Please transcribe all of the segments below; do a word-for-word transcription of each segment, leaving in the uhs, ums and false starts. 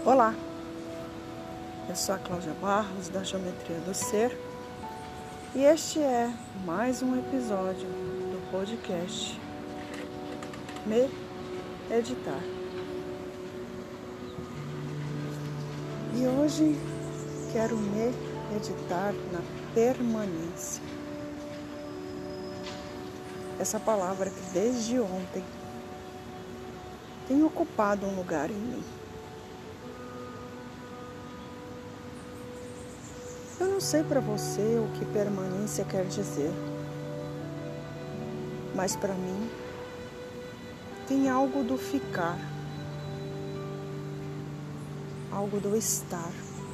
Olá, eu sou a Cláudia Barros da Geometria do Ser e este é mais um episódio do podcast Me Editar. E hoje quero me meditar na permanência. Essa palavra que desde ontem tem ocupado um lugar em mim. Eu não sei para você o que permanência quer dizer, mas para mim tem algo do ficar, algo do estar.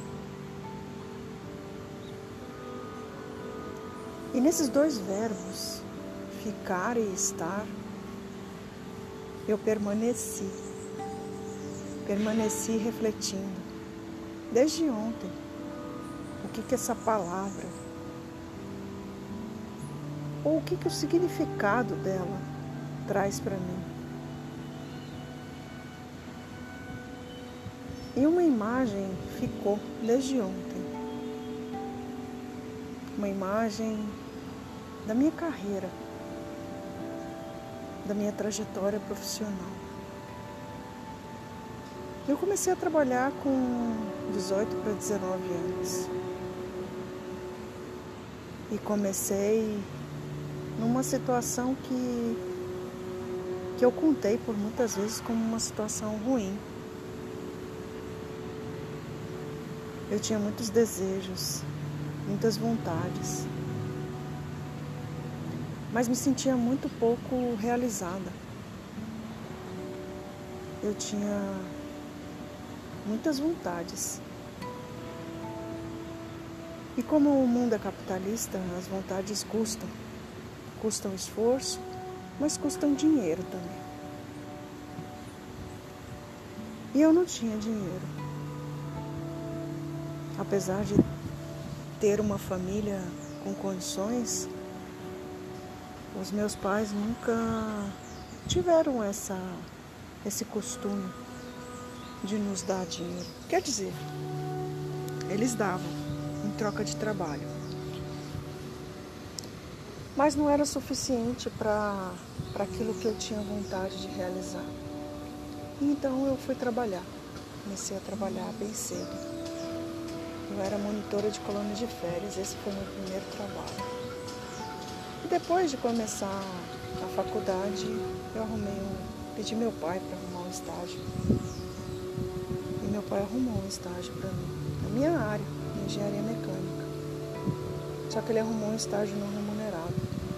E nesses dois verbos, ficar e estar, eu permaneci, permaneci refletindo, desde ontem, o que que essa palavra, ou o que que o significado dela traz para mim. E uma imagem ficou desde ontem, uma imagem da minha carreira, da minha trajetória profissional. Eu comecei a trabalhar com dezoito para dezenove anos. E comecei numa situação que, que eu contei por muitas vezes como uma situação ruim. Eu tinha muitos desejos, muitas vontades, mas me sentia muito pouco realizada. Eu tinha muitas vontades. E como o mundo é capitalista, as vontades custam. Custam esforço, mas custam dinheiro também. E eu não tinha dinheiro. Apesar de ter uma família com condições, os meus pais nunca tiveram essa, esse costume de nos dar dinheiro. Quer dizer, eles davam em troca de trabalho. Mas não era suficiente para para aquilo que eu tinha vontade de realizar. Então eu fui trabalhar. Comecei a trabalhar bem cedo. Eu era monitora de colônia de férias. Esse foi o meu primeiro trabalho. E depois de começar a faculdade, eu arrumei um, pedi meu pai para arrumar um estágio. E meu pai arrumou um estágio para mim, na minha área, na engenharia mecânica. Só que ele arrumou um estágio não remunerado.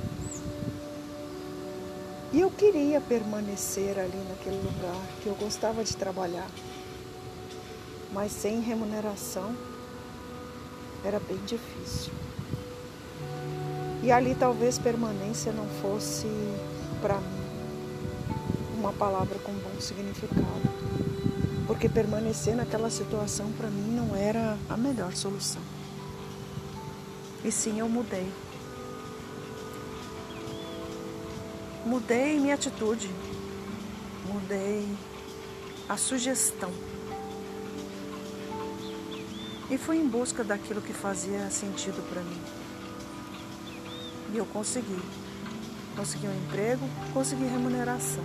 E eu queria permanecer ali naquele lugar que eu gostava de trabalhar, mas sem remuneração era bem difícil. E ali talvez permanência não fosse para mim uma palavra com bom significado, porque permanecer naquela situação para mim não era a melhor solução. E sim, eu mudei. Mudei minha atitude, mudei a sugestão. E fui em busca daquilo que fazia sentido para mim. E eu consegui. Consegui um emprego, consegui remuneração.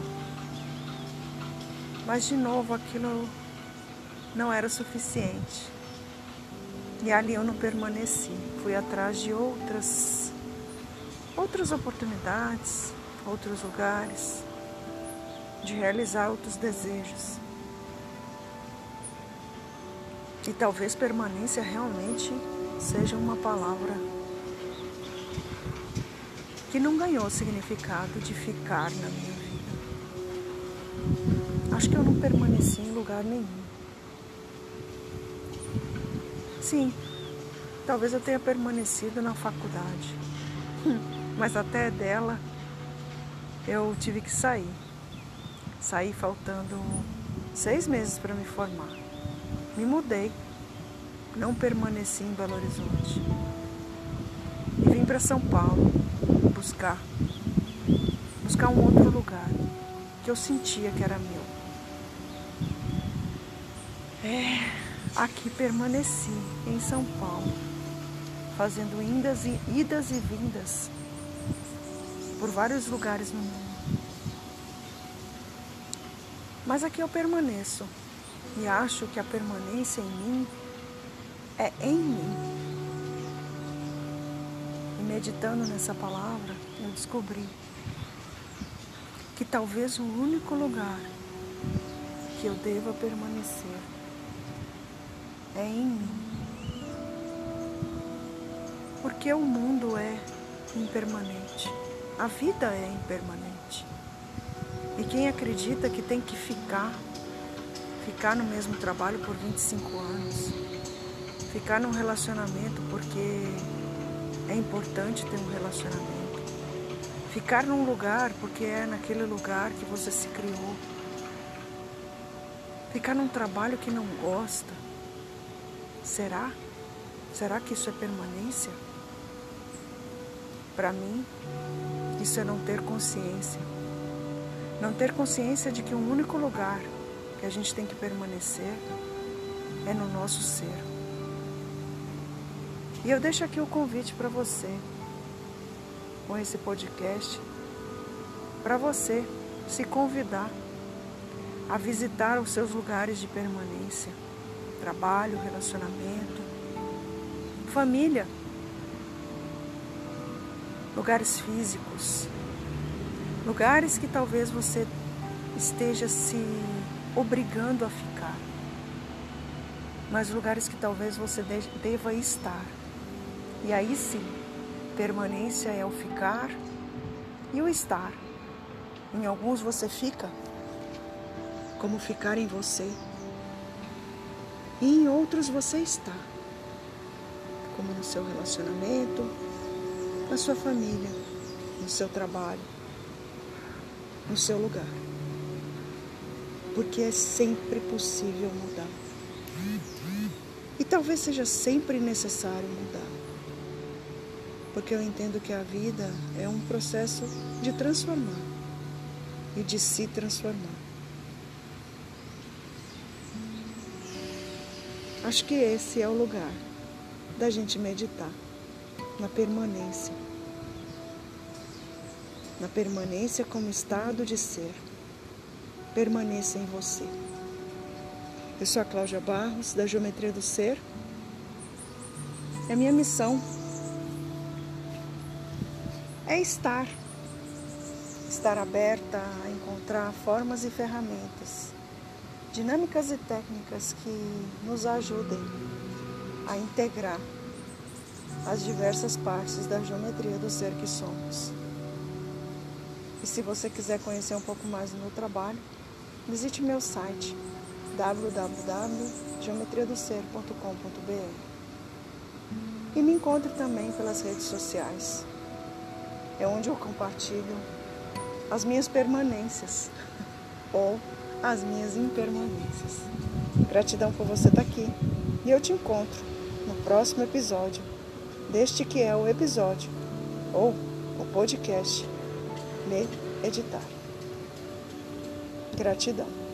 Mas de novo aquilo não era suficiente. E ali eu não permaneci. Fui atrás de outras, outras oportunidades, outros lugares, de realizar outros desejos. E talvez permanência realmente seja uma palavra que não ganhou o significado de ficar na minha vida. Acho que eu não permaneci em lugar nenhum. Sim, talvez eu tenha permanecido na faculdade, mas até dela eu tive que sair. Saí faltando seis meses para me formar. Me mudei, não permaneci em Belo Horizonte. E vim para São Paulo buscar, buscar um outro lugar que eu sentia que era meu. É, aqui permaneci, em São Paulo, fazendo indas e, idas e vindas por vários lugares no mundo. Mas aqui eu permaneço e acho que a permanência em mim é em mim. E meditando nessa palavra, eu descobri que talvez o único lugar que eu deva permanecer é em mim. Porque o mundo é impermanente, a vida é impermanente. E quem acredita que tem que ficar, ficar no mesmo trabalho por vinte e cinco anos, ficar num relacionamento porque é importante ter um relacionamento, ficar num lugar porque é naquele lugar que você se criou, ficar num trabalho que não gosta, será? Será que isso é permanência? Para mim, isso é não ter consciência. Não ter consciência de que o único lugar que a gente tem que permanecer é no nosso ser. E eu deixo aqui o convite para você, com esse podcast, para você se convidar a visitar os seus lugares de permanência, trabalho, relacionamento, família, lugares físicos, lugares que talvez você esteja se obrigando a ficar, mas lugares que talvez você deva estar. E aí sim, permanência é o ficar e o estar. Em alguns você fica, como ficar em você, e em outros você está, como no seu relacionamento, na sua família, no seu trabalho, no seu lugar. Porque é sempre possível mudar. E talvez seja sempre necessário mudar. Porque eu entendo que a vida é um processo de transformar e de se transformar. Acho que esse é o lugar da gente meditar na permanência. Na permanência como estado de ser. Permaneça em você. Eu sou a Cláudia Barros, da Geometria do Ser. E a minha missão é estar. Estar aberta a encontrar formas e ferramentas, dinâmicas e técnicas que nos ajudem a integrar as diversas partes da geometria do ser que somos. E se você quiser conhecer um pouco mais do meu trabalho, visite meu site w w w ponto geometria do ser ponto com ponto b r e me encontre também pelas redes sociais. É onde eu compartilho as minhas permanências ou as minhas impermanências. Gratidão por você estar aqui e eu te encontro no próximo episódio deste que é o episódio ou o podcast Me Editar. Gratidão.